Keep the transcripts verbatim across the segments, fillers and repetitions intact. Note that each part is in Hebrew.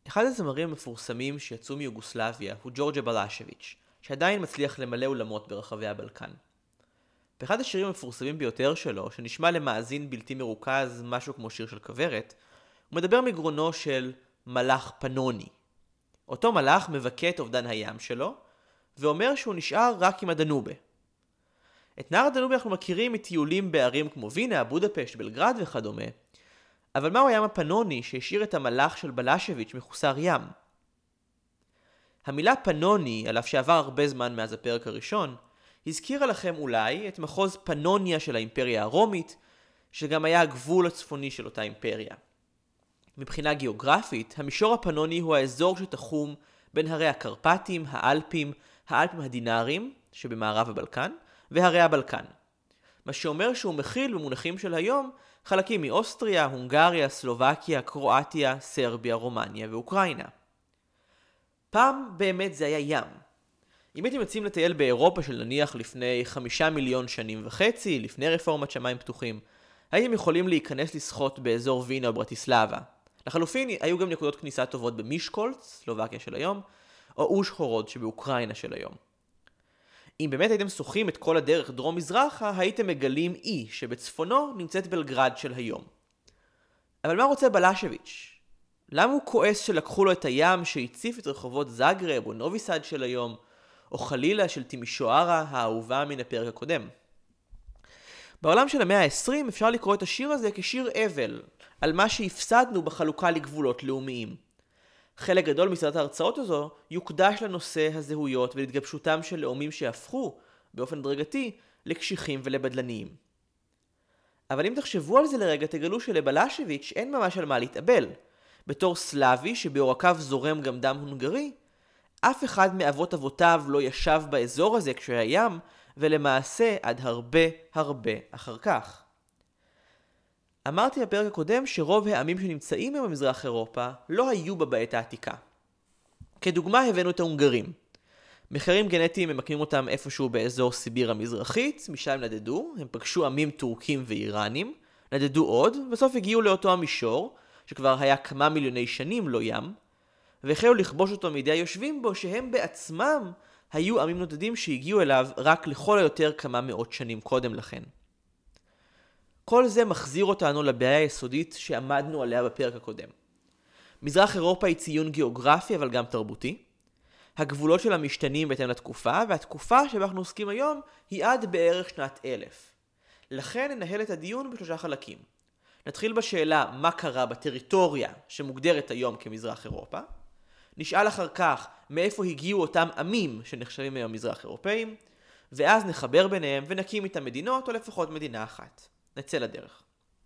אחד הזמרים המפורסמים שיצאו מיוגוסלביה הוא ג'ורג'ה בלאשביץ', שעדיין מצליח למלא אולמות ברחבי הבלקן. באחד השירים המפורסמים ביותר שלו, שנשמע למאזין בלתי מרוכז משהו כמו שיר של כוורת, הוא מדבר מגרונו של מלאך פנוני. אותו מלאך מבכה את אובדן הים שלו, ואומר שהוא נשאר רק עם הדנובה. את נהר הדנובה אנחנו מכירים מטיולים בערים כמו וינה, בודפשט, בלגרד וכדומה, אבל מהו הים הפנוני שהשאיר את המלאך של בלאשביץ' מחוסר ים? המילה פנוני, על אף שעבר הרבה זמן מאז הפרק הראשון, הזכירה לכם אולי את מחוז פנוניה של האימפריה הרומית, שגם היה הגבול הצפוני של אותה אימפריה. מבחינה גיאוגרפית, המישור הפנוני הוא האזור שתחום בין הרי הקרפטים, האלפים, האלפים הדינארים, שבמערב הבלקן, והרי הבלקן. מה שאומר שהוא מכיל במונחים של היום חלקים מאוסטריה, הונגריה, סלובקיה, קרואטיה, סרביה, רומניה ואוקראינה. פעם באמת זה היה ים. אם הייתם יוצאים לטייל באירופה של נניח לפני חמישה מיליון שנים וחצי, לפני רפורמת שמיים פתוחים, הייתם יכולים להיכנס לשחות באזור וינה או ברטיסלבה. לחלופין, היו גם נקודות כניסה טובות במישקולץ, סלובקיה של היום, או אושחורוד שבאוקראינה של היום. אם באמת הייתם שוחים את כל הדרך דרום-מזרחה, הייתם מגלים אי שבצפונו נמצאת בלגרד של היום. אבל מה רוצה בלאשביץ'? למה הוא כועס שלקחו לו את הים שהציף את רחובות זאגרב או נוביסאד של היום, או חלילה של תימישוארה האהובה מן הפרק הקודם? בעולם של המאה ה-עשרים אפשר לקרוא את השיר הזה כשיר אבל, על מה שהפסדנו בחלוקה לגבולות לאומיים. חלק גדול מסדרת ההרצאות הזו יוקדש לנושא הזהויות ולהתגבשותם של לאומים שהפכו, באופן דרגתי, לקשיחים ולבדלניים. אבל אם תחשבו על זה לרגע, תגלו שלבלאשביץ' אין ממש על מה להתאבל. בתור סלאבי שבעורקיו זורם גם דם הונגרי, אף אחד מאבות אבותיו לא ישב באזור הזה כשהיה ים, ולמעשה עד הרבה הרבה אחר כך. אמרתי בפרק הקודם שרוב העמים שנמצאים היום במזרח אירופה לא היו בה בעת העתיקה. כדוגמה הבאנו את ההונגרים. מחקרים גנטיים ממקמים אותם איפשהו באזור סיביר המזרחית, משם נדדו, הם פגשו עמים טורקים ואיראנים, נדדו עוד, בסוף הגיעו לאותו המישור, שכבר היה כמה מיליוני שנים לא ים, והחלו לכבוש אותו מידי היושבים בו שהם בעצמם היו עמים נודדים שהגיעו אליו רק לכל היותר כמה מאות שנים קודם לכן. כל זה מחזיר אותנו לבעיה היסודית שעמדנו עליה בפרק הקודם. מזרח אירופה היא ציון גיאוגרפי אבל גם תרבותי. הגבולות שלה משתנים בהתאם לתקופה, והתקופה שבה אנחנו עוסקים היום היא עד בערך שנת אלף. לכן ננהל את הדיון בשלושה חלקים. נתחיל בשאלה מה קרה בטריטוריה שמוגדרת היום כמזרח אירופה. נשאל אחר כך מאיפה הגיעו אותם עמים שנחשבים היום מזרח אירופאים, ואז נחבר ביניהם ונקים איתם מדינות או לפחות מדינה אחת. נצא לדרך.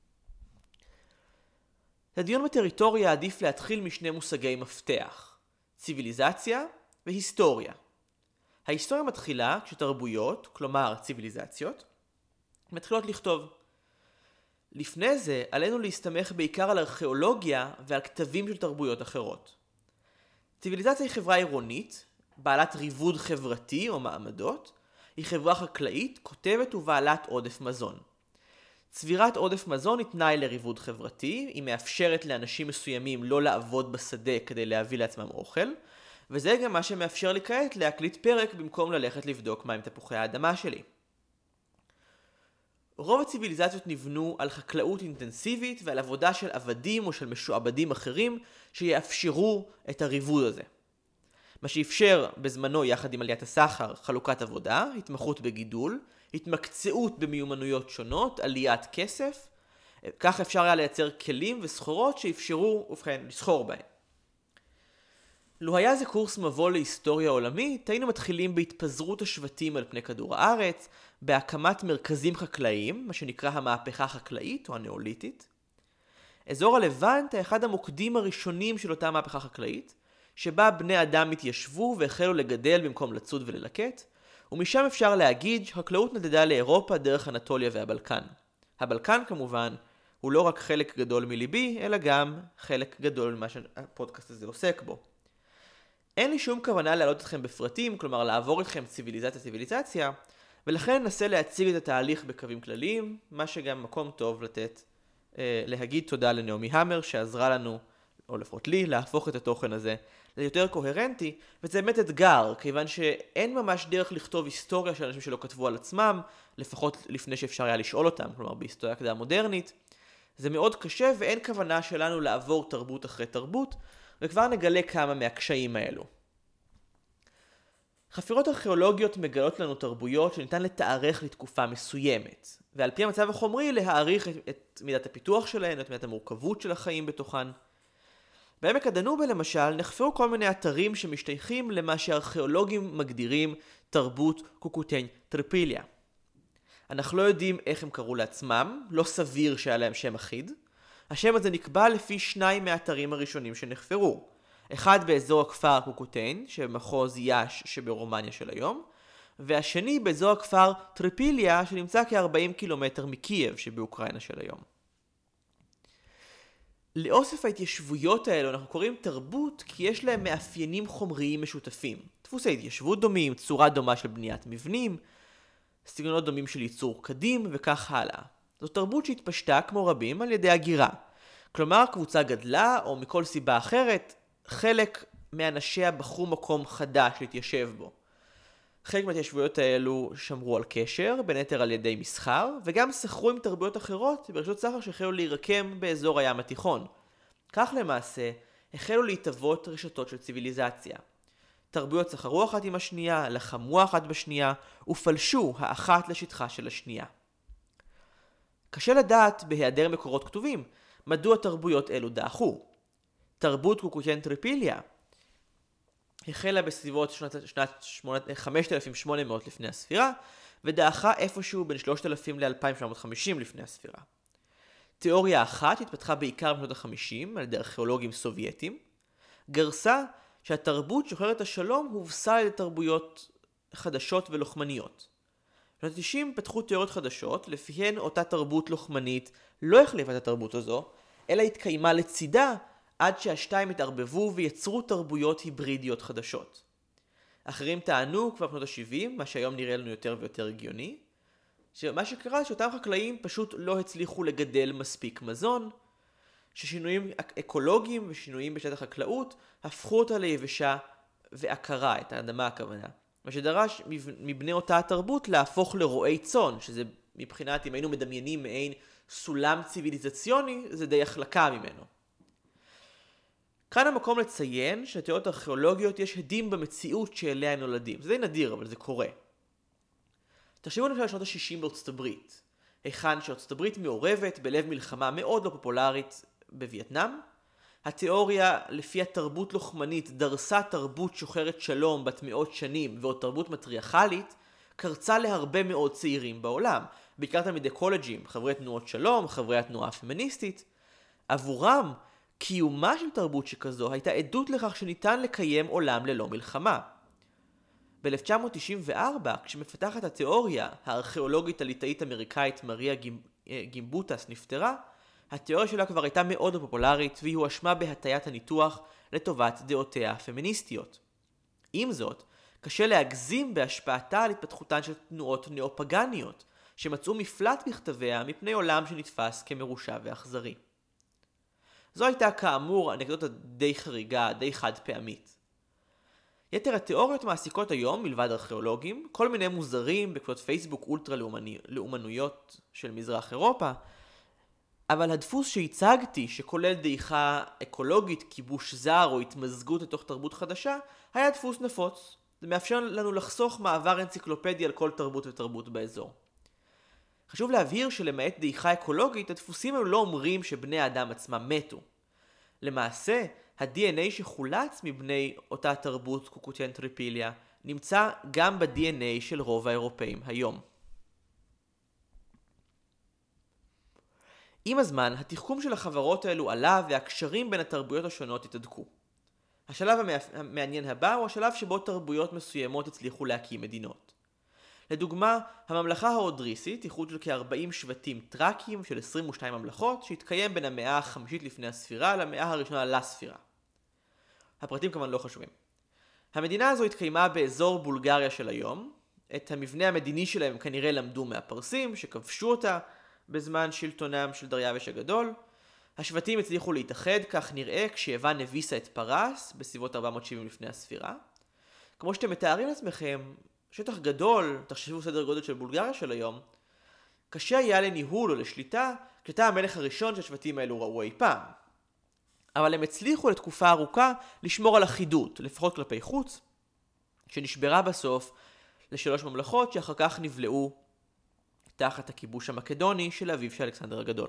לדיון בטריטוריה עדיף להתחיל משני מושגי מפתח, ציוויליזציה והיסטוריה. ההיסטוריה מתחילה כשתרבויות, כלומר ציוויליזציות, מתחילות לכתוב. לפני זה עלינו להסתמך בעיקר על ארכיאולוגיה ועל כתבים של תרבויות אחרות. ציוויליזציה היא חברה עירונית, בעלת ריבוד חברתי או מעמדות, היא חברה חקלאית, כותבת ובעלת עודף מזון. צבירת עודף מזון היא תנאי לריבוד חברתי, היא מאפשרת לאנשים מסוימים לא לעבוד בשדה כדי להביא לעצמם אוכל, וזה גם מה שמאפשר לי כעת להקליט פרק במקום ללכת לבדוק מה עם תפוחי האדמה שלי. רוב הציוויליזציות נבנו על חקלאות אינטנסיבית ועל עבודה של עבדים או של משועבדים אחרים שיאפשרו את הריבוד הזה. מה שאפשר בזמנו יחד עם עליית הסחר חלוקת עבודה, התמחות בגידול, התמקצעות במיומנויות שונות, עליית כסף, כך אפשר היה לייצר כלים וסחורות שאפשרו, ובכן, לסחור בהם. לו היה זה קורס מבוא להיסטוריה עולמית, היינו מתחילים בהתפזרות השבטים על פני כדור הארץ, בהקמת מרכזים חקלאיים, מה שנקרא המהפכה החקלאית או הנאוליתית. אזור הלבנט היה אחד המוקדים הראשונים של אותה מהפכה חקלאית, שבה בני אדם התיישבו והחלו לגדל במקום לצוד וללקט, ומשם אפשר להגיד שחקלאות נדדה לאירופה דרך אנטוליה והבלקן. הבלקן כמובן הוא לא רק חלק גדול מליבי, אלא גם חלק גדול ממה שהפודקאסט הזה עוסק בו. אין לי שום כוונה להעלות אתכם בפרטים, כלומר לעבור אתכם ציוויליזציה-ציוויליזציה, ולכן ננסה להציג את התהליך בקווים כלליים, מה שגם מקום טוב לתת, אה, להגיד תודה לנעמי המר שעזרה לנו או לפחות לי, להפוך את התוכן הזה ליותר קוהרנטי, וזה באמת אתגר, כיוון שאין ממש דרך לכתוב היסטוריה של אנשים שלא כתבו על עצמם, לפחות לפני שאפשר היה לשאול אותם, כלומר בהיסטוריה קדם מודרנית. זה מאוד קשה ואין כוונה שלנו לעבור תרבות אחרי תרבות, וכבר נגלה כמה מהקשיים האלו. חפירות ארכיאולוגיות מגלות לנו תרבויות שניתן לתארך לתקופה מסוימת, ועל פי המצב החומרי להעריך את, את מידת הפיתוח שלהן, את מידת המורכבות של החיים בתוכן. בעמק הדנובה למשל נחפרו כל מיני אתרים שמשתייכים למה שארכיאולוגים מגדירים תרבות קוקוטיין טריפיליה. אנחנו לא יודעים איך הם קראו לעצמם, לא סביר שהיה להם שם אחיד. השם הזה נקבע לפי שניים מהאתרים הראשונים שנחפרו. אחד באזור הכפר קוקוטיין, שבמחוז יאש שברומניה של היום, והשני באזור הכפר טריפיליה, שנמצא כ-ארבעים קילומטר מקייב שבאוקראינה של היום. לאוסף ההתיישבויות האלו אנחנו קוראים תרבות כי יש להם מאפיינים חומריים משותפים. דפוסי התיישבות דומים, צורה דומה של בניית מבנים, סגנונות דומים של ייצור קדים וכך הלאה. זו תרבות שהתפשטה כמו רבים על ידי הגירה. כלומר, קבוצה גדלה או מכל סיבה אחרת, חלק מאנשיה בחרו מקום חדש להתיישב בו. חלק מההתיישבויות האלו שמרו על קשר, בין היתר על ידי מסחר, וגם סחרו עם תרבויות אחרות ברשות סחר שהחלו להירקם באזור הים התיכון. כך למעשה, החלו להתהוות רשתות של ציוויליזציה. תרבויות סחרו אחת עם השנייה, לחמו אחת בשנייה, ופלשו האחת לשטחה של השנייה. קשה לדעת, בהיעדר מקורות כתובים, מדוע תרבויות אלו דעכו. תרבות קוקוטיין טריפיליה החלה בסביבות שנת, שנת חמשת אלפים ושמונה מאות לפני הספירה, ודעכה איפשהו בין שלושת אלפים ל-אלפיים ושבע מאות וחמישים לפני הספירה. תיאוריה אחת התפתחה בעיקר בשנות ה-חמישים על ידי ארכיאולוגים סובייטים, גרסה שהתרבות שוחרת השלום הובסה על ידי תרבויות חדשות ולוחמניות. בשנות ה-תשעים פתחו תיאוריות חדשות, לפיהן אותה תרבות לוחמנית לא החליפה את התרבות הזו, אלא התקיימה לצידה עד שהשתיים התערבבו ויצרו תרבויות היברידיות חדשות. אחרים טענו כבר בשנות ה-שבעים, מה שהיום נראה לנו יותר ויותר הגיוני, שמה שקרה שאותם חקלאים פשוט לא הצליחו לגדל מספיק מזון, ששינויים אקולוגיים ושינויים בשטח החקלאות הפכו אותה ליבשה ועקרה, את האדמה הכוונה. מה שדרש מבני אותה התרבות להפוך לרועי צאן, שזה מבחינת אם היינו מדמיינים מעין סולם ציוויליזציוני, זה די החלקה ממנו. כאן המקום לציין שהתיאוריות הארכיאולוגיות יש הדים במציאות שאליה נולדים. זה די נדיר, אבל זה קורה. תחשבו למשל לשנות ה-שישים בארצות הברית, היכן שארצות הברית מעורבת בלב מלחמה מאוד לא פופולרית בווייטנאם. התיאוריה לפי התרבות לוחמנית דרסה תרבות שוחרת שלום בת מאות שנים ועוד תרבות מטריארכלית, קרצה להרבה מאוד צעירים בעולם, בעיקר תלמידי קולג'ים, חברי תנועות שלום, חברי התנועה הפמיניסטית. עבורם, קיומה של תרבות שכזו הייתה עדות לכך שניתן לקיים עולם ללא מלחמה. ב-אלף תשע מאות תשעים וארבע, כשמפתחת התיאוריה הארכיאולוגית הליטאית אמריקאית מריה גימבוטס נפטרה, התיאוריה שלה כבר הייתה מאוד פופולרית והיא הואשמה בהטיית הניתוח לטובת דעותיה הפמיניסטיות. עם זאת, קשה להגזים בהשפעתה על התפתחותן של תנועות נאופגניות, שמצאו מפלט בכתביה מפני עולם שנתפס כמרושע ואכזרי. זו הייתה כאמור אנקדוטה די חריגה, די חד פעמית. יתר התיאוריות מעסיקות היום, מלבד ארכיאולוגים, כל מיני מוזרים בקבוצות פייסבוק אולטרה לאומנויות של מזרח אירופה, אבל הדפוס שהצגתי, שכולל דעיכה אקולוגית, כיבוש זר או התמזגות לתוך תרבות חדשה, היה דפוס נפוץ. זה מאפשר לנו לחסוך מעבר אנציקלופדי על כל תרבות ותרבות באזור. חשוב להבהיר שלמעט דעיכה אקולוגית, הדפוסים האלו לא אומרים שבני האדם עצמם מתו. למעשה, ה-די אן איי שחולץ מבני אותה תרבות קוקוטיין טריפיליה נמצא גם ב-די אן איי של רוב האירופאים היום. עם הזמן, התחכום של החברות האלו עלה והקשרים בין התרבויות השונות התהדקו. השלב המעניין הבא הוא השלב שבו תרבויות מסוימות הצליחו להקים מדינות. לדוגמה, הממלכה האודריסית, איחוד של כ-ארבעים שבטים טרקים של עשרים ושתיים ממלכות, שהתקיים בין המאה החמישית לפני הספירה למאה הראשונה לספירה. הפרטים כמובן לא חשובים. המדינה הזו התקיימה באזור בולגריה של היום. את המבנה המדיני שלהם כנראה למדו מהפרסים, שכבשו אותה בזמן שלטונם של דריווש הגדול, השבטים הצליחו להתאחד, כך נראה, כשיוון הביסה את פרס בסביבות ארבע מאות שבעים לפני הספירה. כמו שאתם מתארים לעצמכם, שטח גדול, תחשבו סדר גודל של בולגריה של היום, קשה היה לניהול או לשליטה, כשאתה המלך הראשון שהשבטים האלו ראו אי פעם. אבל הם הצליחו לתקופה ארוכה לשמור על אחידות, לפחות כלפי חוץ, שנשברה בסוף לשלוש ממלכות שאחר כך נבלעו תחת הכיבוש המקדוני של אביו של אלכסנדר הגדול.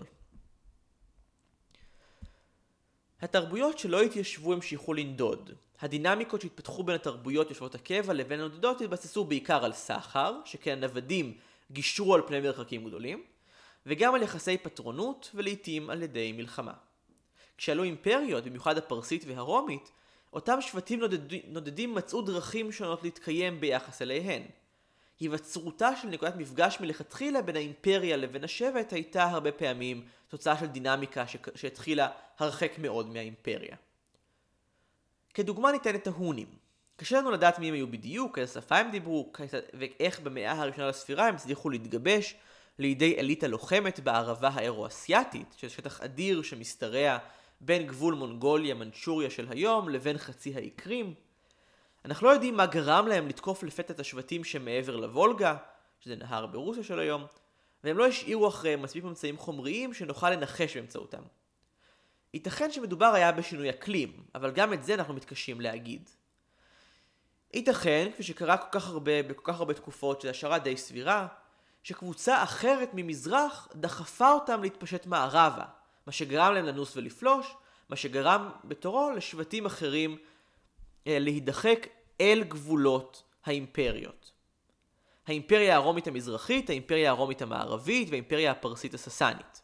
התרבויות שלא התיישבו המשיכו לנדוד. הדינמיקות שהתפתחו בין התרבויות יושבות הקבע לבין הנודדות התבססו בעיקר על סחר, שכן הנוודים גישרו על פני מרחקים גדולים, וגם על יחסי פטרונות ולעיתים על ידי מלחמה. כשעלו אימפריות, במיוחד הפרסית והרומית, אותם שבטים נודדים, נודדים מצאו דרכים שונות להתקיים ביחס אליהן. היווצרותה של נקודת מפגש מלכתחילה בין האימפריה לבין השבט הייתה הרבה פעמים תוצאה של דינמיקה ש... שהתחילה הרחק מאוד מהאימפריה. כדוגמה ניתן את ההונים. קשה לנו לדעת מי הם היו בדיוק, איזה שפה הם דיברו, ואיך במאה הראשונה לספירה הם הצליחו להתגבש לידי אליטה לוחמת בערבה האירו-אסיאטית, שזה שטח אדיר שמשתרע בין גבול מונגוליה, מנצ'וריה של היום, לבין חצי האי קרים. אנחנו לא יודעים מה גרם להם לתקוף לפתע את השבטים שמעבר לוולגה, שזה נהר ברוסיה של היום, והם לא השאירו אחריהם מספיק ממצאים חומריים שנוכל לנחש באמצעותם. ייתכן שמדובר היה בשינוי אקלים, אבל גם את זה אנחנו מתקשים להגיד. ייתכן, כפי שקרה כל כך הרבה, בכל כך הרבה תקופות, שזו השערה די סבירה, שקבוצה אחרת ממזרח דחפה אותם להתפשט מערבה, מה שגרם להם לנוס ולפלוש, מה שגרם בתורו לשבטים אחרים אה, להידחק אל גבולות האימפריות. האימפריה הרומית המזרחית, האימפריה הרומית המערבית והאימפריה הפרסית הססנית.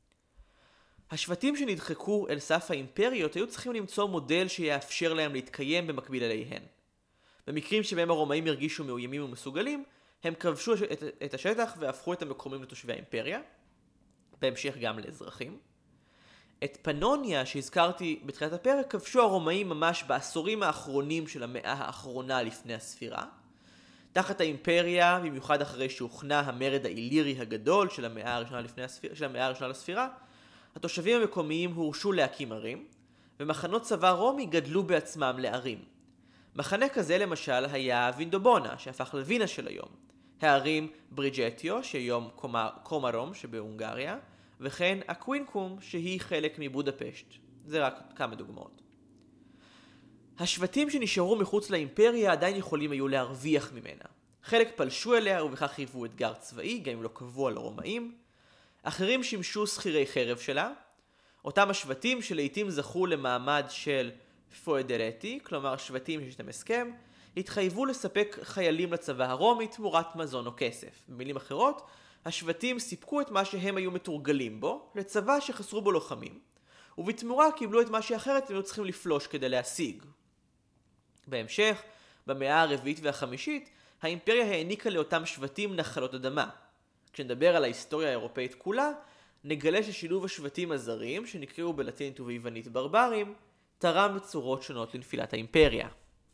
השבטים שנדחקו אל סף האימפריות היו צריכים למצוא מודל שיאפשר להם להתקיים במקביל אליהן. במקרים שבהם הרומאים הרגישו מאוימים ומסוגלים, הם כבשו את, את השטח והפכו את המקומים לתושבי האימפריה, בהמשך גם לאזרחים. את פנוניה שהזכרתי בתחילת הפרק כבשו הרומאים ממש בעשורים האחרונים של המאה האחרונה לפני הספירה. תחת האימפריה, במיוחד אחרי שהוכנה המרד האילירי הגדול של המאה הראשונה לפני הספירה, של המאה הראשונה לספירה, התושבים המקומיים הורשו להקים ערים, ומחנות צבא רומי גדלו בעצמם לערים. מחנה כזה למשל היה וינדובונה, שהפך לווינה של היום, הערים בריג'טיו, שהיום קומרום שבהונגריה, וכן אקווינקום, שהיא חלק מבודפשט. זה רק כמה דוגמאות. השבטים שנשארו מחוץ לאימפריה עדיין יכולים היו להרוויח ממנה. חלק פלשו אליה ובכך היוו אתגר צבאי, גם אם לא קבעו על הרומאים. אחרים שימשו שכירי חרב שלה. אותם השבטים שלעיתים זכו למעמד של פואדרטי, כלומר שבטים שיש להם הסכם, התחייבו לספק חיילים לצבא הרומי תמורת מזון או כסף. במילים אחרות, השבטים סיפקו את מה שהם היו מתורגלים בו לצבא שחסרו בו לוחמים, ובתמורה קיבלו את מה שאחרת הם היו צריכים לפלוש כדי להשיג. בהמשך, במאה הרביעית והחמישית, האימפריה העניקה לאותם שבטים נחלות אדמה. כשנדבר על ההיסטוריה האירופאית כולה, נגלה ששילוב השבטים הזרים, שנקראו בלטינית וביוונית ברברים, תרם בצורות שונות לנפילת האימפריה.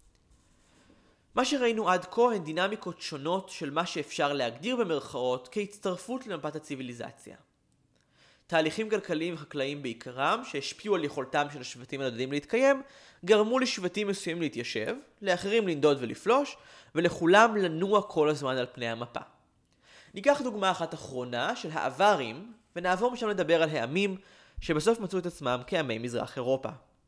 מה שראינו עד כה הן דינמיקות שונות של מה שאפשר להגדיר במרכאות כהצטרפות למפת הציביליזציה. תהליכים כלכליים וחקלאיים בעיקרם, שהשפיעו על יכולתם של השבטים הנודדים להתקיים, גרמו לשבטים מסוימים להתיישב, לאחרים לנדוד ולפלוש, ולכולם לנוע כל הזמן על פני המפה. ניקח דוגמה אחת אחרונה של האברים, ונעבור משם לדבר על העמים שבסוף מצאו את עצמם כעמי מזרח אירופה.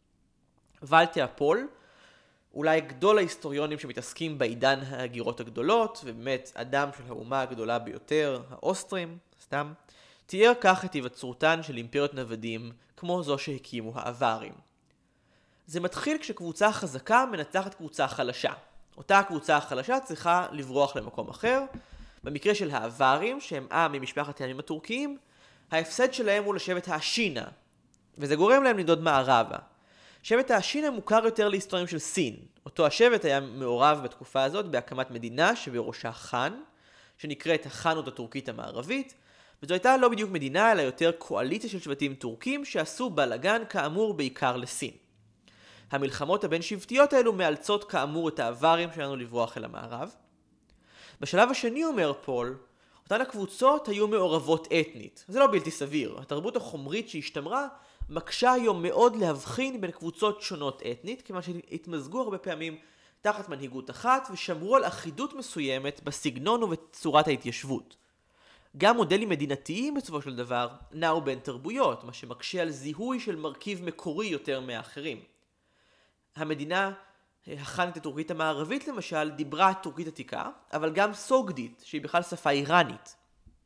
ולטה פול, אולי גדול ההיסטוריונים שמתעסקים בעידן ההגירות הגדולות, ובאמת אדם של האומה הגדולה ביותר, האוסטרים, סתם, תיאר כך את היווצרותן של אימפריות נוודים כמו זו שהקימו האברים. זה מתחיל כשקבוצה חזקה מנצחת קבוצה חלשה. אותה הקבוצה החלשה צריכה לברוח למקום אחר. במקרה של האברים, שהם עם ממשפחת העמים הטורקיים, ההפסד שלהם הוא לשבט האשינה, וזה גורם להם לנדוד מערבה. שבט האשינה מוכר יותר להיסטוריונים של סין. אותו השבט היה מעורב בתקופה הזאת בהקמת מדינה שבראשה חאן, שנקראת החאנות הטורקית המערבית, וזו הייתה לא בדיוק מדינה, אלא יותר קואליציה של שבטים טורקים שעשו בלגן כאמור בעיקר לסין. המלחמות הבין שבטיות האלו מאלצות כאמור את האברים שלנו לברוח אל המערב. בשלב השני, אומר פול, אותן הקבוצות היו מעורבות אתנית. זה לא בלתי סביר. התרבות החומרית שהשתמרה מקשה היום מאוד להבחין בין קבוצות שונות אתנית, כיוון שהתמזגו הרבה פעמים תחת מנהיגות אחת ושמרו על אחידות מסוימת בסגנון ובצורת ההתיישבות. גם מודלים מדינתיים בסופו של דבר נעו בין תרבויות, מה שמקשה על זיהוי של מרכיב מקורי יותר מאחרים. המדינה החנית הטורקית המערבית למשל דיברה טורקית עתיקה, אבל גם סוגדית, שהיא בכלל שפה איראנית.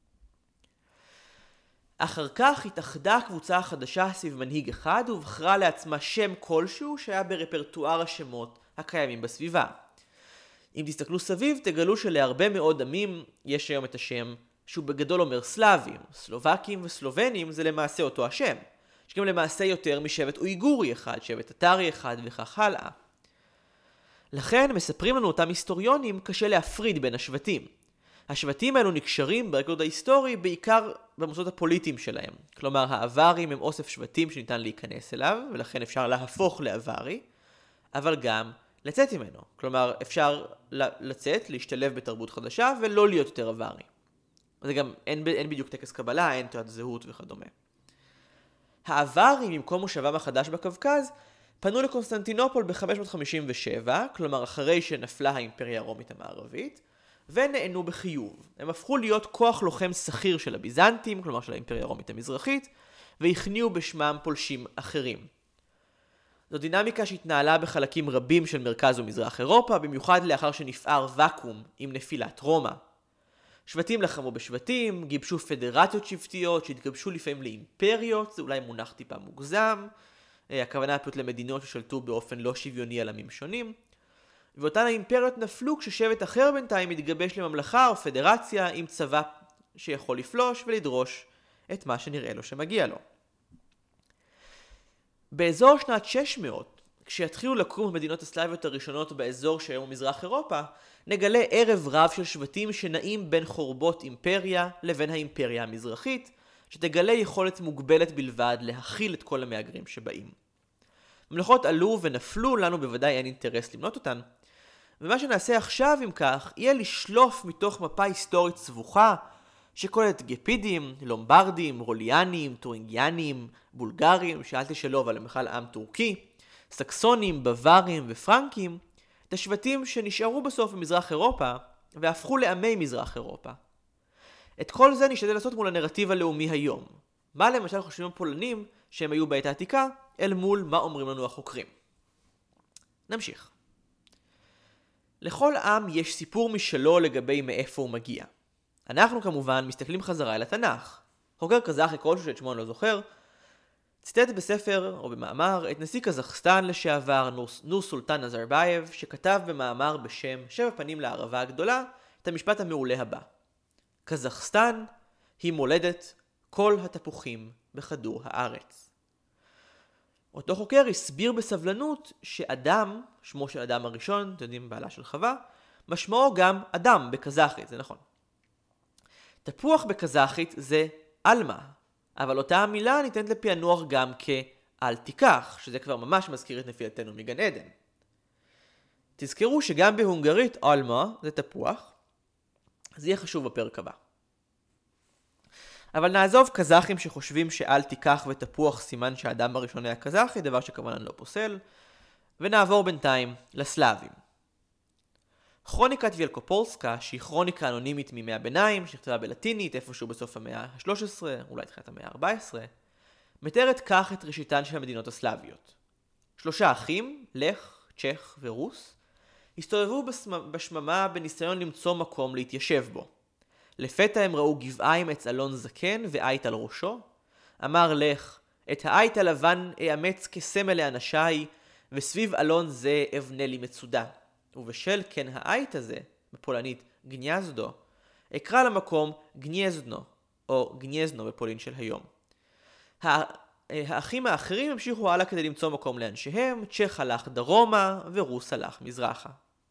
אחר כך התאחדה הקבוצה החדשה סביב מנהיג אחד ובחרה לעצמה שם כלשהו שהיה ברפרטואר השמות הקיימים בסביבה. אם תסתכלו סביב תגלו שלהרבה מאוד עמים יש היום את השם שהוא בגדול אומר סלאבים, סלובקים וסלובנים זה למעשה אותו השם. יש גם למעשה יותר משבט אויגורי אחד, שבט טטרי אחד וכך הלאה. לכן מספרים לנו אותם היסטוריונים קשה להפריד בין השבטים. השבטים האלו נקשרים ברקורד ההיסטורי בעיקר במוסדות הפוליטיים שלהם. כלומר, האברים הם אוסף שבטים שניתן להיכנס אליו, ולכן אפשר להפוך לאברי, אבל גם לצאת ממנו. כלומר, אפשר לצאת, להשתלב בתרבות חדשה ולא להיות יותר אברי. זה גם, אין, אין בדיוק טקס קבלה, אין תעודת זהות וכדומה. האברים, במקום מושבם החדש בקווקז, פנו לקונסטנטינופול ב-חמש מאות חמישים ושבע, כלומר אחרי שנפלה האימפריה הרומית המערבית, ונענו בחיוב. הם הפכו להיות כוח לוחם שכיר של הביזנטים, כלומר של האימפריה הרומית המזרחית, והכניעו בשמם פולשים אחרים. זו דינמיקה שהתנהלה בחלקים רבים של מרכז ומזרח אירופה, במיוחד לאחר שנפער וקום עם נפילת רומא. שבטים לחמו בשבטים, גיבשו פדרציות שבטיות שהתגבשו לפעמים לאימפריות, זה אולי מונח טיפה מוגזם, הכוונה פשוט למדינות ששלטו באופן לא שוויוני על עמים שונים, ואותן האימפריות נפלו כששבט אחר בינתיים התגבש לממלכה או פדרציה עם צבא שיכול לפלוש ולדרוש את מה שנראה לו שמגיע לו. באזור שנת שש מאות, כשיתחילו לקום המדינות הסלאביות הראשונות באזור שהיום מזרח אירופה, נגלה ערב רב של שבטים שנעים בין חורבות אימפריה לבין האימפריה המזרחית, שתגלה יכולת מוגבלת בלבד להכיל את כל המהגרים שבאים. ממלכות עלו ונפלו, לנו בוודאי אין אינטרס למנות אותן, ומה שנעשה עכשיו אם כך, יהיה לשלוף מתוך מפה היסטורית סבוכה, שכוללת גפידים, לומברדים, רוליאנים, טורינגיאנים, בולגרים, שאלתי שלא, אבל הם בכלל עם טורקי, סקסונים, בווארים ופרנקים, את השבטים שנשארו בסוף במזרח אירופה, והפכו לעמי מזרח אירופה. את כל זה נשתדל לעשות מול הנרטיב הלאומי היום. מה למשל חושבים הפולנים שהם היו בעת העתיקה, אל מול מה אומרים לנו החוקרים. נמשיך. לכל עם יש סיפור משלו לגבי מאיפה הוא מגיע. אנחנו כמובן מסתכלים חזרה אל התנ"ך. חוקר קזחי כלשהו שאת שמו אני לא זוכר, ציטט בספר או במאמר את נשיא קזחסטן לשעבר נור סולטן נזרבייב, שכתב במאמר בשם שבע פנים לערבה הגדולה את המשפט המעולה הבא: קזחסטן היא מולדת כל התפוחים בכדור הארץ. אותו חוקר הסביר בסבלנות שאדם, שמו של אדם הראשון, אתם יודעים בעלה של חווה, משמעו גם אדם בקזחית, זה נכון. תפוח בקזחית זה אלמה, אבל אותה המילה ניתנת לפענוח גם כאל תיקח, שזה כבר ממש מזכיר את נפילתנו מגן עדן. תזכרו שגם בהונגרית אלמה זה תפוח, זה יהיה חשוב בפרק הבא. אבל נעזוב קזחים שחושבים שאל תיקח ותפוח סימן שהאדם הראשון היה קזחי, דבר שכמובן לא פוסל, ונעבור בינתיים לסלאבים. כרוניקת וילקופולסקה, שהיא כרוניקה אנונימית מימי הביניים, שנכתבה בלטינית איפשהו בסוף המאה ה-שלוש עשרה, אולי תחילת המאה ה-ארבע עשרה, מתארת כך את ראשיתן של המדינות הסלאביות. שלושה אחים, לך, צ'ך ורוס, הסתובבו בשממה בניסיון למצוא מקום להתיישב בו. לפתע הם ראו גבעה עם עץ אלון זקן ועית על ראשו. אמר לך, את העית הלבן אאמץ כסמל לאנשיי, וסביב אלון זה אבנה לי מצודה. ובשל כן העית הזה, בפולנית גניאזדו, אקרא למקום גניאזדנו, או גניאזנו בפולין של היום. האחים האחרים המשיכו הלאה כדי למצוא מקום לאנשיהם, צ'ך הלך דרומה ורוס הלך מזרחה.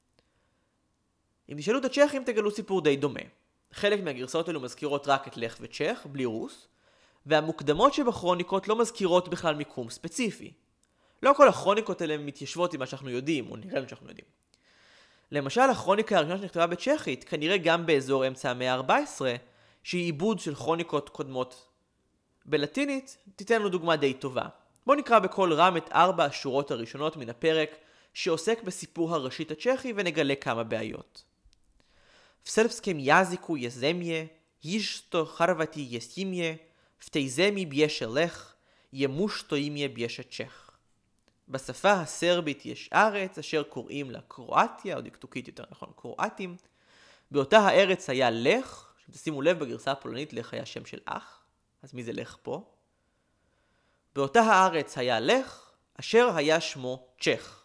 אם תשאלו את הצ'כים תגלו סיפור די דומה. חלק מהגרסאות האלו מזכירות רק את לך וצ'ך, בלי רוס, והמוקדמות שבכרוניקות לא מזכירות בכלל מיקום ספציפי. לא כל הכרוניקות האלה מתיישבות עם מה שאנחנו יודעים, או נראה לנו שאנחנו יודעים. למשל, הכרוניקה הראשונה שנכתבה בצ'כית, כנראה גם באזור אמצע המאה ה-ארבע עשרה, שהיא עיבוד של כרוניקות קודמות בלטינית, תיתן לנו דוגמה די טובה. בואו נקרא בקול רם את ארבע השורות הראשונות מן הפרק שעוסק בסיפור הראשית הצ'כי ונגלה כמה בעיות. W serbskim jazyku jest zemie, iż to Chorwatii jest imię, w tej ziemi bierze Lech, jemu to imię bierze Czech. בשפה הסרבית יש ארץ אשר קוראים לה קרואטיה, או דקדוקית יותר נכון, קרואטים. באותה הארץ היה לך, שתשימו לב בגרסה הפולנית לך היה שם של אח, אז מי זה לך פה? באותה הארץ היה לך, אשר היה שמו צ'ך.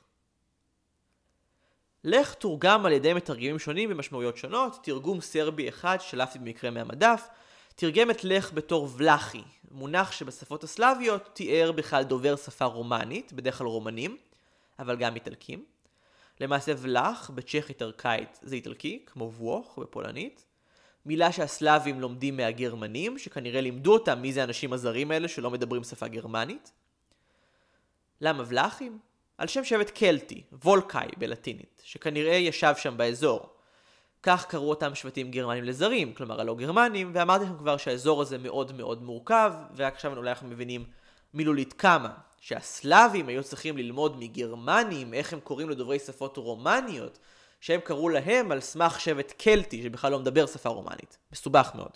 לך תורגם על ידי מתרגמים שונים במשמעויות שונות, תרגום סרבי אחד שלפתי במקרה מהמדף, תרגם את לך בתור ולחי, מונח שבשפות הסלאביות תיאר בכלל דובר שפה רומנית, בדרך כלל רומנים, אבל גם איטלקים. למעשה ולח בצ'כית ארכאית זה איטלקי, כמו ווח בפולנית. מילה שהסלאבים לומדים מהגרמנים, שכנראה לימדו אותם מי זה האנשים הזרים האלה שלא מדברים שפה גרמנית. למה ולחים? על שם שבט קלטי, וולקאי בלטינית, שכנראה ישב שם באזור. כך קראו אותם שבטים גרמנים לזרים, כלומר הלא גרמנים, ואמרתי לכם כבר שהאזור הזה מאוד מאוד מורכב, ורק עכשיו אולי אנחנו מבינים מילולית כמה. שהסלאבים היו צריכים ללמוד מגרמנים איך הם קוראים לדוברי שפות רומניות, שהם קראו להם על סמך שבט קלטי, שבכלל לא מדבר שפה רומנית. מסובך מאוד.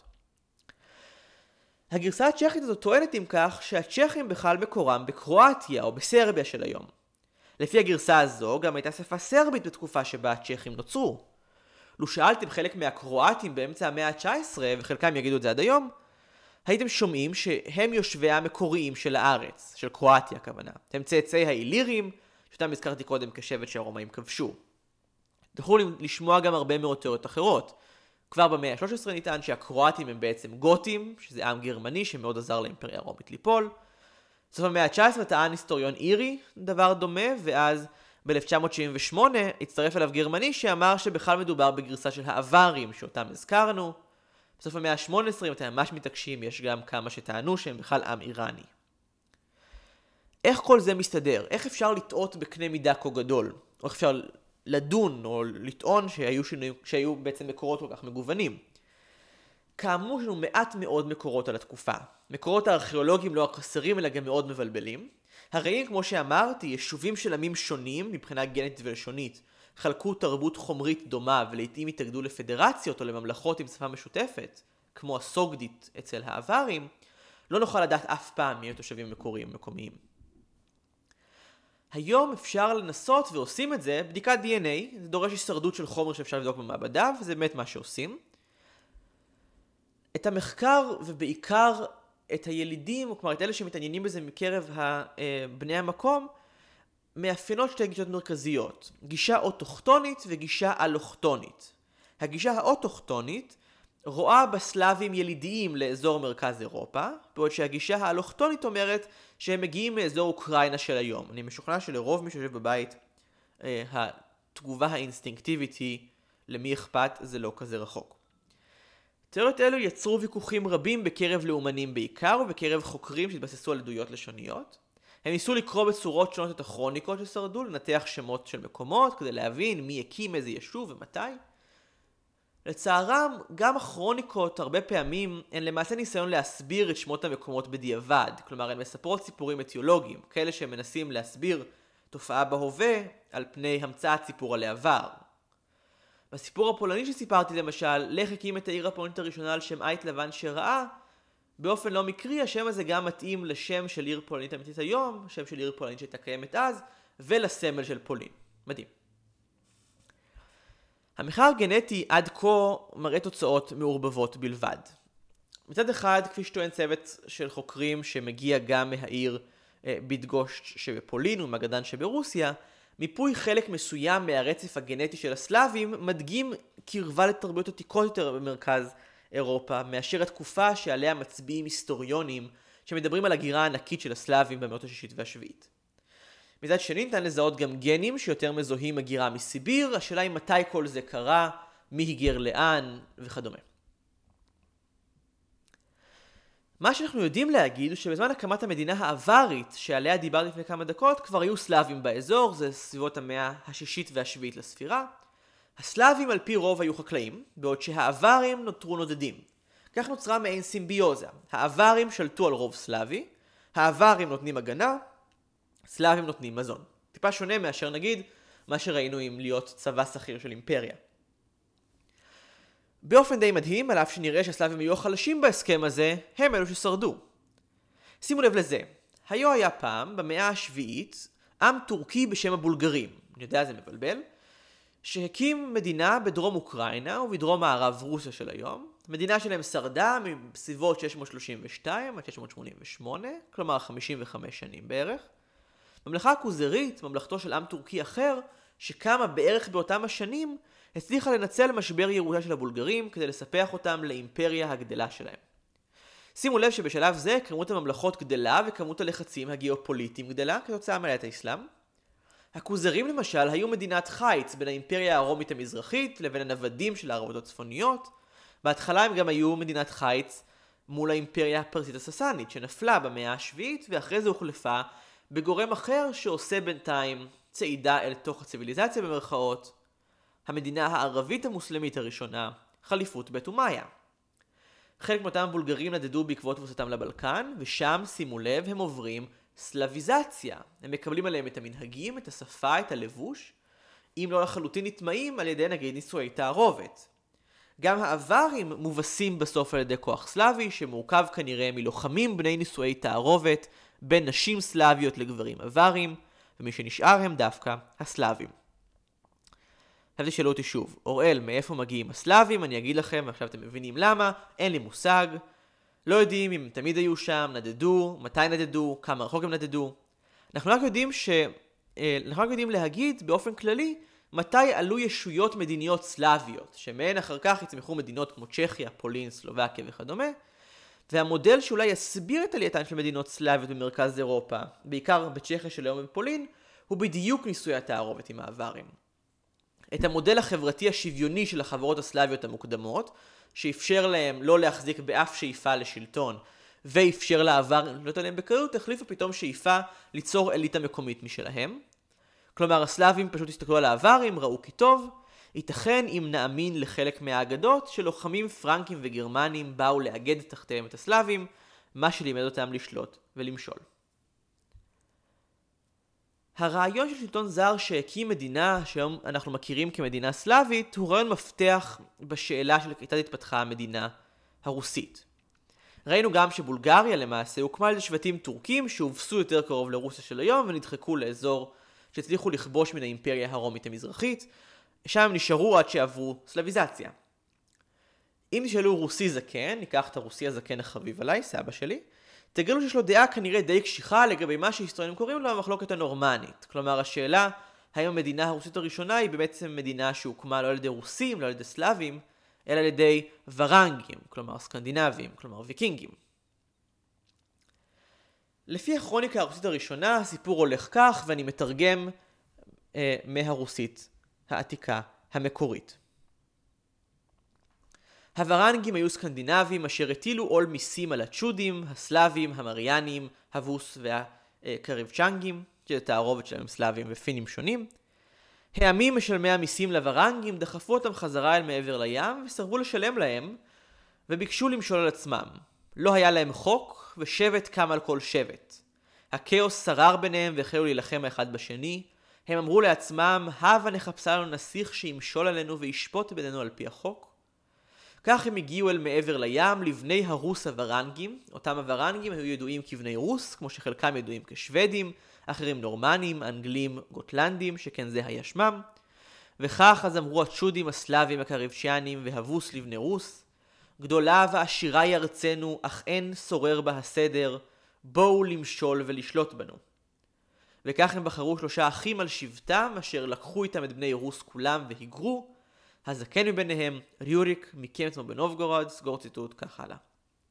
הגרסה הצ'כית הזאת טוענת עם כך שהצ'כים בכלל מקורם בקרואטיה או בסרביה של היום. לפי הגרסה הזו גם הייתה שפה סרבית בתקופה שבה הצ'כים נוצרו. לו שאלתם חלק מהקרואטים באמצע המאה ה-תשע עשרה, וחלקם יגידו את זה עד היום, הייתם שומעים שהם יושבי המקוריים של הארץ, של קרואטיה הכוונה. הם צאצאי האילירים, שאותם הזכרתי קודם כשבט שהרומאים כבשו. תוכלו לשמוע גם הרבה מאוד תיאוריות אחרות. כבר במאה ה-שלוש עשרה נטען שהקרואטים הם בעצם גותים, שזה עם גרמני שמאוד עזר לאימפריה הרומית ליפול. בסוף המאה ה-תשע עשרה טען היסטוריון אירי דבר דומה, ואז ב-אלף תשע מאות שבעים ושמונה הצטרף אליו גרמני שאמר שבכלל מדובר בגרסה של האברים שאותם הזכרנו. בסוף המאה ה-שמונה עשרה, אם אתם ממש מתעקשים, יש גם כמה שטענו שהם בכלל עם איראני. איך כל זה מסתדר? איך אפשר לטעות בקנה מידה כה גדול? או איך אפשר לדון או לטעון שהיו, שינויים, שהיו בעצם מקורות כל כך מגוונים? כאמור, יש לנו מעט מאוד מקורות על התקופה. מקורות הארכיאולוגיים לא רק חסרים, אלא גם מאוד מבלבלים. הרי כמו שאמרתי, יישובים של עמים שונים מבחינה גנטית ולשונית, חלקו תרבות חומרית דומה ולעיתים התאגדו לפדרציות או לממלכות עם שפה משותפת, כמו הסוגדית אצל האברים, לא נוכל לדעת אף פעם מי התושבים המקוריים מקומיים. היום אפשר לנסות, ועושים את זה, בדיקת די אן איי, זה דורש הישרדות של חומר שאפשר לבדוק במעבדה, וזה באמת מה שעושים. את המחקר ובעיקר את הילידים, כלומר את אלה שמתעניינים בזה מקרב בני המקום, מאפיינות שתי גישות מרכזיות, גישה אוטוכטונית וגישה אלוכטונית. הגישה האוטוכטונית רואה בסלאבים ילידיים לאזור מרכז אירופה, בעוד שהגישה האלוכטונית אומרת שהם מגיעים מאזור אוקראינה של היום. אני משוכנע שלרוב מי שיושב בבית, התגובה האינסטינקטיבית היא למי אכפת, זה לא כזה רחוק. תיאוריות אלו יצרו ויכוחים רבים בקרב לאומנים בעיקר ובקרב חוקרים שהתבססו על עדויות לשוניות. הם ניסו לקרוא בצורות שונות את הכרוניקות ששרדו, לנתח שמות של מקומות כדי להבין מי הקים איזה יישוב ומתי. לצערם, גם הכרוניקות הרבה פעמים הן למעשה ניסיון להסביר את שמות המקומות בדיעבד, כלומר הן מספרות סיפורים אתיולוגיים, כאלה שמנסים להסביר תופעה בהווה על פני המצאת סיפור על העבר. בסיפור הפולני שסיפרתי למשל, לך הקים את העיר הפולנית הראשונה על שם עית לבן שראה, באופן לא מקרי השם הזה גם מתאים לשם של עיר פולנית אמיתית היום, שם של עיר פולנית שהייתה קיימת אז, ולסמל של פולין. מדהים. המחקר הגנטי עד כה מראה תוצאות מעורבבות בלבד. מצד אחד, כפי שטוען צוות של חוקרים שמגיע גם מהעיר בידגושט שבפולין ומגדן שברוסיה, מיפוי חלק מסוים מהרצף הגנטי של הסלאבים מדגים קרבה לתרבויות עתיקות יותר במרכז אירופה, מאשר התקופה שעליה מצביעים היסטוריונים שמדברים על הגירה הענקית של הסלאבים במאות השישית והשביעית. מצד שני ניתן לזהות גם גנים שיותר מזוהים הגירה מסיביר, השאלה היא מתי כל זה קרה, מי היגר לאן וכדומה. מה שאנחנו יודעים להגיד הוא שבזמן הקמת המדינה האוורית שעליה דיברתי לפני כמה דקות כבר היו סלאבים באזור, זה סביבות המאה השישית והשביעית לספירה. הסלאבים על פי רוב היו חקלאים, בעוד שהאווארים נותרו נודדים. כך נוצרה מעין סימביוזה. האווארים שלטו על רוב סלאבי, האווארים נותנים הגנה, סלאבים נותנים מזון. טיפה שונה מאשר נגיד מה שראינו עם להיות צבא שכיר של אימפריה. באופן די מדהים, על אף שנראה שהסלאבים היו החלשים בהסכם הזה, הם אלו ששרדו. שימו לב לזה, היו היה פעם, במאה השביעית, עם טורקי בשם הבולגרים, אני יודע זה מבלבל, שהקים מדינה בדרום אוקראינה ובדרום מערב רוסיה של היום. המדינה שלהם שרדה מסביבות שש מאות שלושים ושתיים עד שש מאות שמונים ושמונה, כלומר חמישים וחמש שנים בערך. ממלכה הכוזרית, ממלכתו של עם טורקי אחר, שקמה בערך באותם השנים, הצליחה לנצל משבר ירושה של הבולגרים כדי לספח אותם לאימפריה הגדלה שלהם. שימו לב שבשלב זה כמות הממלכות גדלה וכמות הלחצים הגיאופוליטיים גדלה כתוצאה מעליית האסלאם. הכוזרים למשל היו מדינת חיץ בין האימפריה הרומית המזרחית לבין הנוודים של הערבות הצפוניות. בהתחלה הם גם היו מדינת חיץ מול האימפריה הפרסית הססנית שנפלה במאה השביעית ואחרי זה הוחלפה בגורם אחר שעושה בינתיים צעידה אל תוך הציביליזציה במרכאות, המדינה הערבית המוסלמית הראשונה, חליפות בית אומיה. חלק מאותם בולגרים נדדו בעקבות תבוסתם לבלקן, ושם, שימו לב, הם עוברים סלאביזציה. הם מקבלים עליהם את המנהגים, את השפה, את הלבוש, אם לא לחלוטין נטמעים על ידי נגיד נישואי תערובת. גם האברים מובסים בסוף על ידי כוח סלאבי, שמורכב כנראה מלוחמים בני נישואי תערובת, בין נשים סלאביות לגברים אברים, ומי שנשאר הם דווקא הסלאבים. עכשיו תשאלו אותי שוב, אוראל, מאיפה מגיעים הסלאבים? אני אגיד לכם, ועכשיו אתם מבינים למה, אין לי מושג. לא יודעים אם הם תמיד היו שם, נדדו, מתי נדדו, כמה רחוק הם נדדו. אנחנו רק יודעים ש... אנחנו רק יודעים להגיד באופן כללי, מתי עלו ישויות מדיניות סלאביות, שמהן אחר כך יצמחו מדינות כמו צ'כיה, פולין, סלובקיה וכדומה. והמודל שאולי יסביר את עלייתן של מדינות סלאביות במרכז אירופה, בעיקר בצ'כיה של היום ובפולין, הוא בדיוק ניסוי התערובת עם העברים. את המודל החברתי השוויוני של החברות הסלאביות המוקדמות, שאפשר להם לא להחזיק באף שאיפה לשלטון, ואפשר לעבר להיות עליהם בקלות, החליפה פתאום שאיפה ליצור אליטה מקומית משלהם. כלומר, הסלאבים פשוט הסתכלו על העברים, ראו כי טוב, ייתכן אם נאמין לחלק מהאגדות שלוחמים פרנקים וגרמנים באו לאגד תחתיהם את הסלאבים, מה שלימד אותם לשלוט ולמשול. הרעיון של שלטון זר שהקים מדינה שהיום אנחנו מכירים כמדינה סלאבית הוא רעיון מפתח בשאלה של כיצד התפתחה המדינה הרוסית. ראינו גם שבולגריה למעשה הוקמה על שבטים טורקים שהובסו יותר קרוב לרוסיה של היום ונדחקו לאזור שהצליחו לכבוש מן האימפריה הרומית המזרחית, שם הם נשארו עד שעברו סלאביזציה. אם תשאלו רוסי זקן, ניקח את הרוסי הזקן החביב עליי, סבא שלי, תגלו שיש לו דעה כנראה די קשיחה לגבי מה שהיסטוריונים קוראים לו המחלוקת הנורמנית. כלומר, השאלה האם המדינה הרוסית הראשונה היא בעצם מדינה שהוקמה לא על ידי רוסים, לא על ידי סלאבים, אלא על ידי ורנגים, כלומר סקנדינבים, כלומר ויקינגים. לפי הכרוניקה הרוסית הראשונה, הסיפור הולך כך, ואני מתרגם אה, מהרוסית העתיקה המקורית. הוורנגים היו סקנדינבים אשר הטילו עול מיסים על הצ'ודים, הסלאבים, המריאנים, הבוס והקריבצ'נגים, שזה תערובת שלהם סלאבים ופינים שונים. העמים משלמי המיסים לוורנגים דחפו אותם חזרה אל מעבר לים וסרבו לשלם להם וביקשו למשול על עצמם. לא היה להם חוק ושבט קם על כל שבט. הכאוס שרר ביניהם והחלו להילחם האחד בשני. הם אמרו לעצמם, הבה נחפשה לנו נסיך שימשול עלינו וישפוט בינינו על פי החוק. כך הם הגיעו אל מעבר לים לבני הרוס הוורנגים. אותם הוורנגים היו ידועים כבני רוס, כמו שחלקם ידועים כשוודים, אחרים נורמנים, אנגלים, גוטלנדים, שכן זה היה שמם. וכך אז אמרו הצ'ודים, הסלאבים, הקריבצ'יאנים והבוס לבני רוס, גדולה ועשירה היא ארצנו, אך אין שורר בה הסדר, בואו למשול ולשלוט בנו. וכך הם בחרו שלושה אחים על שבטם, אשר לקחו איתם את בני רוס כולם והיגרו, הזקן מביניהם, ריוריק, מקמצמו בנובגורוד, סגור ציטוט, כך הלאה.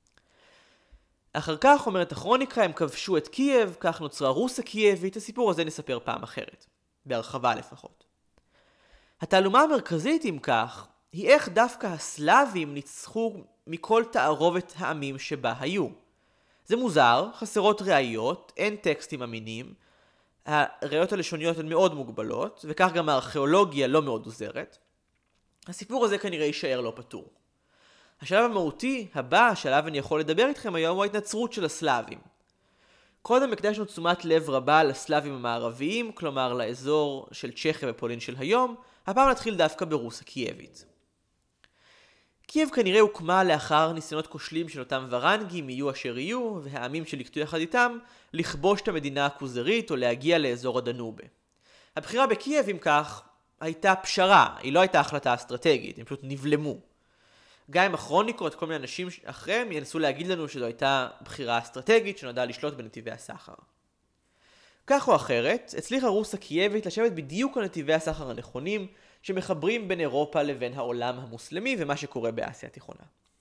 אחר כך, אומרת הכרוניקה, הם כבשו את קייב, כך נוצרה רוסיה קייבית, הסיפור הזה נספר פעם אחרת, בהרחבה לפחות. התעלומה המרכזית, אם כך, היא איך דווקא הסלאבים ניצחו מכל תערובת העמים שבה היו. זה מוזר, חסרות ראיות, אין טקסטים אמינים, הראיות הלשוניות הן מאוד מוגבלות, וכך גם הארכיאולוגיה לא מאוד עוזרת. הסיפור הזה כנראה יישאר לא פתור. השלב המהותי הבא, שעליו אני יכול לדבר איתכם היום, הוא ההתנצרות של הסלאבים. קודם הקדשנו תשומת לב רבה לסלאבים המערביים, כלומר לאזור של צ'כיה ופולין של היום, הפעם נתחיל דווקא ברוסיה קייבית. קייב כנראה הוקמה לאחר ניסיונות כושלים של אותם ורנגים, יהיו אשר יהיו, והעמים שלקטו יחד איתם, לכבוש את המדינה הכוזרית או להגיע לאזור הדנובה. הבחירה בקייב, אם כך, הייתה פשרה, היא לא הייתה החלטה אסטרטגית, הם פשוט נבלמו. גם עם הכרוניקות, כל מיני אנשים אחריהם ינסו להגיד לנו שזו הייתה בחירה אסטרטגית שנועדה לשלוט בנתיבי הסחר. כך או אחרת, הצליחה רוסיה קייבית לשבת בדיוק על נתיבי הסחר הנכונים, שמחברים בין אירופה לבין העולם המוסלמי ומה שקורה באסיה התיכונה.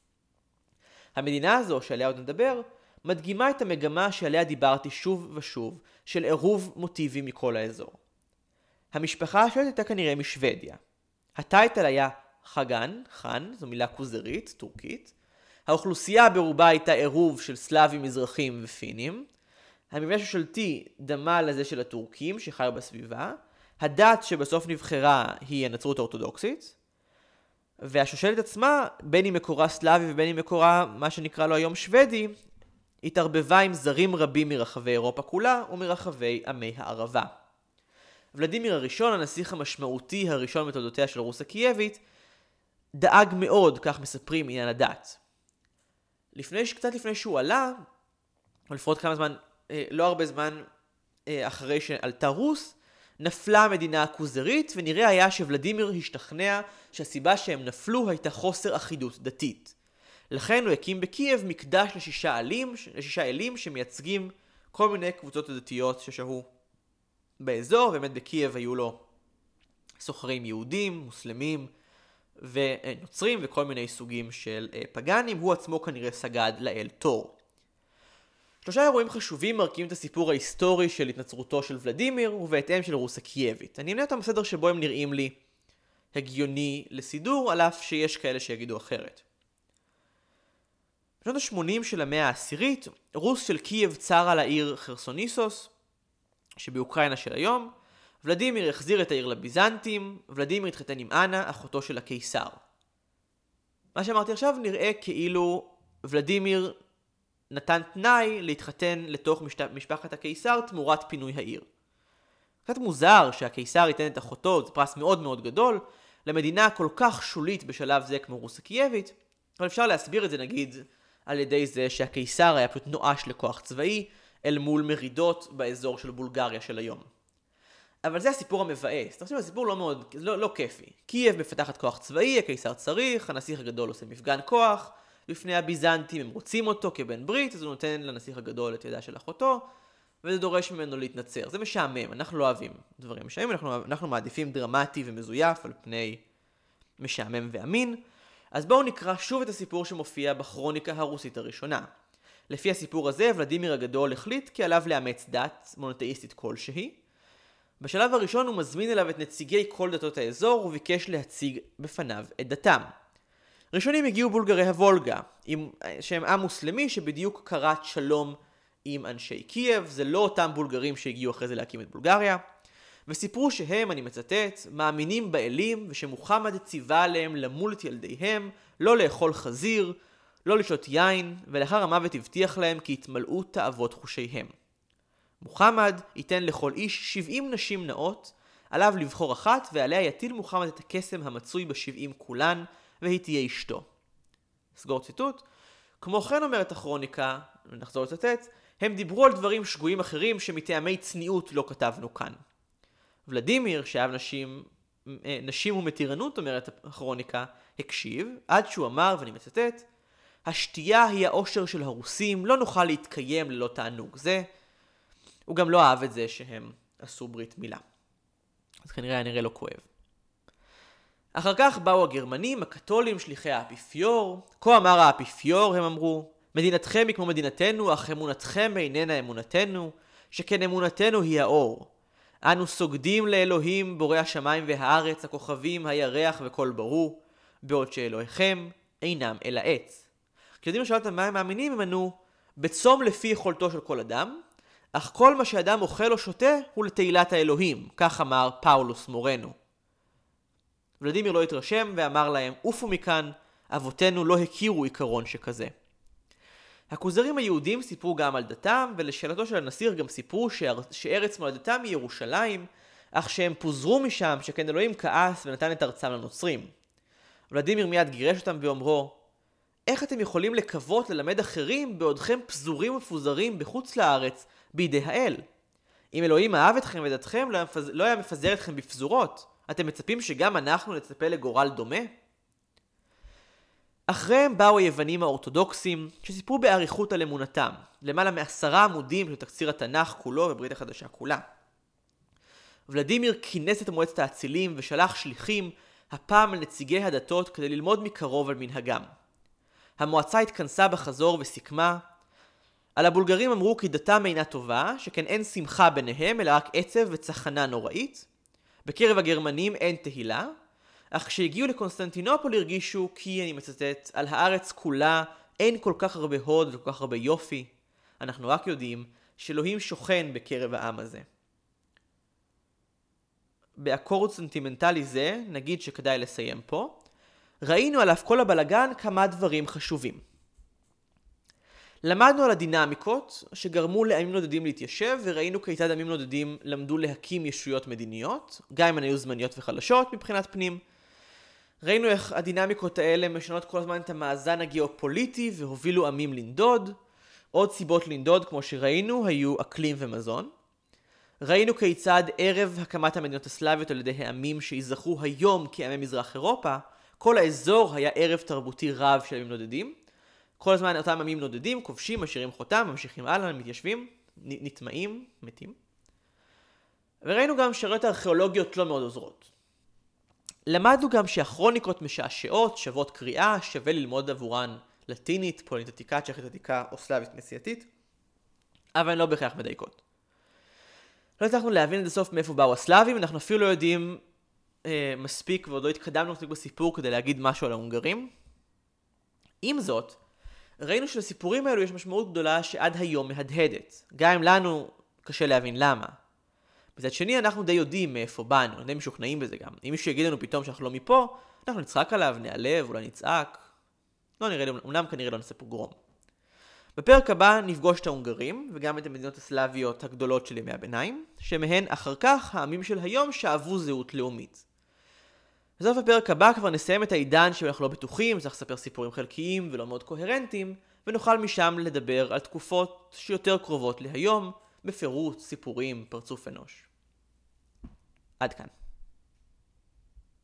המדינה הזו, שעליה עוד נדבר, מדגימה את המגמה שעליה דיברתי שוב ושוב, של עירוב מוטיבים מכל האזור. המשפחה השולטת הייתה כנראה משוודיה. הטייטל היה חגן, חן, זו מילה כוזרית, טורקית. האוכלוסייה ברובה הייתה עירוב של סלאבים, מזרחים ופינים. המבנה השושלתי דמה לזה של הטורקים שחיו בסביבה. הדת שבסוף נבחרה היא הנצרות האורתודוקסית. והשושלת עצמה, בין אם מקורה סלאבי ובין אם מקורה מה שנקרא לו היום שוודי, התערבבה עם זרים רבים מרחבי אירופה כולה ומרחבי עמי הערבה. ולדימיר הראשון, הנסיך המשמעותי הראשון בתולדותיה של רוסיה קייבית, דאג מאוד, כך מספרים, עניין הדת. לפני, קצת לפני שהוא עלה, או לפחות כמה זמן, לא הרבה זמן אחרי שעלתה רוס, נפלה המדינה הכוזרית, ונראה היה שוולדימיר השתכנע שהסיבה שהם נפלו הייתה חוסר אחידות דתית. לכן הוא הקים בקייב מקדש לשישה אלים, לשישה אלים שמייצגים כל מיני קבוצות דתיות ששהו באזור, באמת בקייב היו לו סוחרים יהודים, מוסלמים ונוצרים וכל מיני סוגים של פגנים. הוא עצמו כנראה סגד לאל תור. שלושה אירועים חשובים מרכיבים את הסיפור ההיסטורי של התנצרותו של ולדימיר ובהתאם של רוסיה קייבית. אני אמנה אותם בסדר שבו הם נראים לי הגיוני לסידור, על אף שיש כאלה שיגידו אחרת. בשנות ה-שמונים של המאה העשירית, רוס של קייב צר על העיר חרסוניסוס, שבאוקראינה של היום. ולדימיר החזיר את העיר לביזנטים, ולדימיר התחתן עם אנה, אחותו של הקיסר. מה שאמרתי עכשיו נראה כאילו ולדימיר נתן תנאי להתחתן לתוך משפחת הקיסר תמורת פינוי העיר. קצת מוזר שהקיסר ייתן את אחותו, זה פרס מאוד מאוד גדול, למדינה כל כך שולית בשלב זה כמו רוסיה קייבית, אבל אפשר להסביר את זה נגיד על ידי זה שהקיסר היה פשוט נואש לכוח צבאי אל מול מרידות באזור של בולגריה של היום. אבל זה הסיפור המבאס. תחשבו, הסיפור לא מאוד, לא, לא כיפי. קייב מפתחת כוח צבאי, הקיסר צריך, הנסיך הגדול עושה מפגן כוח, לפני הביזנטים הם רוצים אותו כבן ברית, אז הוא נותן לנסיך הגדול את ידה של אחותו, וזה דורש ממנו להתנצר. זה משעמם, אנחנו לא אוהבים דברים משעמם, אנחנו, אנחנו מעדיפים דרמטי ומזויף על פני משעמם ואמין. אז בואו נקרא שוב את הסיפור שמופיע בכרוניקה הרוסית הראשונה. לפי הסיפור הזה, ולדימיר הגדול החליט כי עליו לאמץ דת מונותאיסטית כלשהי. בשלב הראשון הוא מזמין אליו את נציגי כל דתות האזור וביקש להציג בפניו את דתם. ראשונים הגיעו בולגרי הוולגה, עם, שהם עם מוסלמי שבדיוק קראת שלום עם אנשי קייב. זה לא אותם בולגרים שהגיעו אחרי זה להקים את בולגריה. וסיפרו שהם, אני מצטט, מאמינים באלים ושמוחמד ציווה עליהם למול את ילדיהם, לא לאכול חזיר, לא לשתות יין, ולאחר המוות הבטיח להם כי יתמלאו תאוות חושיהם. מוחמד ייתן לכל איש שבעים נשים נאות, עליו לבחור אחת, ועליה יטיל מוחמד את הקסם המצוי בשבעים כולן, והיא תהיה אשתו. סגור ציטוט. כמו כן אומרת הכרוניקה, ונחזור לצטט, הם דיברו על דברים שגויים אחרים שמטעמי צניעות לא כתבנו כאן. ולדימיר, שאהב נשים, נשים ומתירנות, אומרת הכרוניקה, הקשיב, עד שהוא אמר, ואני מצטט, השתייה היא האושר של הרוסים, לא נוכל להתקיים ללא תענוג זה. הוא גם לא אהב את זה שהם עשו ברית מילה. אז כנראה היה נראה לא כואב. אחר כך באו הגרמנים, הקתולים, שליחי האפיפיור. כה אמר האפיפיור, הם אמרו, מדינתכם היא כמו מדינתנו, אך אמונתכם איננה אמונתנו, שכן אמונתנו היא האור. אנו סוגדים לאלוהים, בורא השמיים והארץ, הכוכבים, הירח וכל ברור, בעוד שאלוהיכם אינם אלא עץ. כשיודעים לשאול אותם מה הם מאמינים, הם ענו, בצום לפי יכולתו של כל אדם, אך כל מה שאדם אוכל או שותה הוא לתהילת האלוהים, כך אמר פאולוס מורנו. ולדימיר לא התרשם ואמר להם, עופו מכאן, אבותינו לא הכירו עיקרון שכזה. הכוזרים היהודים סיפרו גם על דתם, ולשאלתו של הנסיך גם סיפרו שארץ מולדתם היא ירושלים, אך שהם פוזרו משם, שכן אלוהים כעס ונתן את ארצם לנוצרים. ולדימיר מיד גירש אותם ואומרו, איך אתם יכולים לקוות ללמד אחרים בעודכם פזורים ומפוזרים בחוץ לארץ בידי האל? אם אלוהים אהב אתכם ודתכם, לא היה, מפז... לא היה מפזר אתכם בפזורות. אתם מצפים שגם אנחנו נצפה לגורל דומה? אחריהם באו היוונים האורתודוקסים, שסיפרו באריכות על אמונתם, למעלה מעשרה עמודים של תקציר התנ"ך כולו וברית החדשה כולה. ולדימיר כינס את מועצת האצילים ושלח שליחים, הפעם על נציגי הדתות כדי ללמוד מקרוב על מנהגם. המועצה התכנסה בחזור וסיכמה, על הבולגרים אמרו כי דתם אינה טובה, שכן אין שמחה ביניהם אלא רק עצב וצחנה נוראית. בקרב הגרמנים אין תהילה, אך כשהגיעו לקונסטנטינופול הרגישו כי, אני מצטט, על הארץ כולה אין כל כך הרבה הוד וכל כך הרבה יופי. אנחנו רק יודעים שאלוהים שוכן בקרב העם הזה. באקורד סנטימנטלי זה, נגיד שכדאי לסיים פה, ראינו על אף כל הבלגן כמה דברים חשובים. למדנו על הדינמיקות שגרמו לעמים נודדים להתיישב, וראינו כיצד עמים נודדים למדו להקים ישויות מדיניות, גם אם הן היו זמניות וחלשות מבחינת פנים. ראינו איך הדינמיקות האלה משנות כל הזמן את המאזן הגיאופוליטי והובילו עמים לנדוד. עוד סיבות לנדוד, כמו שראינו, היו אקלים ומזון. ראינו כיצד ערב הקמת המדינות הסלאביות על ידי העמים שיזכרו היום כעמי מזרח אירופה, כל האזור היה ערב תרבותי רב של עמים נודדים. כל הזמן אותם עמים נודדים, כובשים, משאירים חותם, ממשיכים הלאה, מתיישבים, נטמעים, מתים. וראינו גם שראיות הארכיאולוגיות לא מאוד עוזרות. למדנו גם שהכרוניקות משעשעות, שוות קריאה, שווה ללמוד עבורן לטינית, פולנית עתיקה, צ'כית עתיקה או סלאבית כנסייתית, אבל הן לא בהכרח מדייקות. לא הצלחנו להבין עד הסוף מאיפה באו הסלאבים, אנחנו אפילו לא יודעים אה, מספיק ועוד לא התקדמנו מספיק בסיפור כדי להגיד משהו על ההונגרים. עם זאת, ראינו שלסיפורים האלו יש משמעות גדולה שעד היום מהדהדת. גם אם לנו קשה להבין למה. מצד שני, אנחנו די יודעים מאיפה באנו, די משוכנעים בזה גם. אם מישהו יגיד לנו פתאום שאנחנו לא מפה, אנחנו נצחק עליו, נעלב, אולי נצעק. לא נראה לי, אמנם כנראה לא נעשה פוגרום. בפרק הבא נפגוש את ההונגרים, וגם את המדינות הסלאביות הגדולות של ימי הביניים, שמהן אחר כך העמים של היום שאבו זהות לאומית. בסוף הפרק הבא כבר נסיים את העידן שאנחנו לא בטוחים, צריך לספר סיפורים חלקיים ולא מאוד קוהרנטיים, ונוכל משם לדבר על תקופות שיותר קרובות להיום, בפירוט, סיפורים, פרצוף אנוש. עד כאן.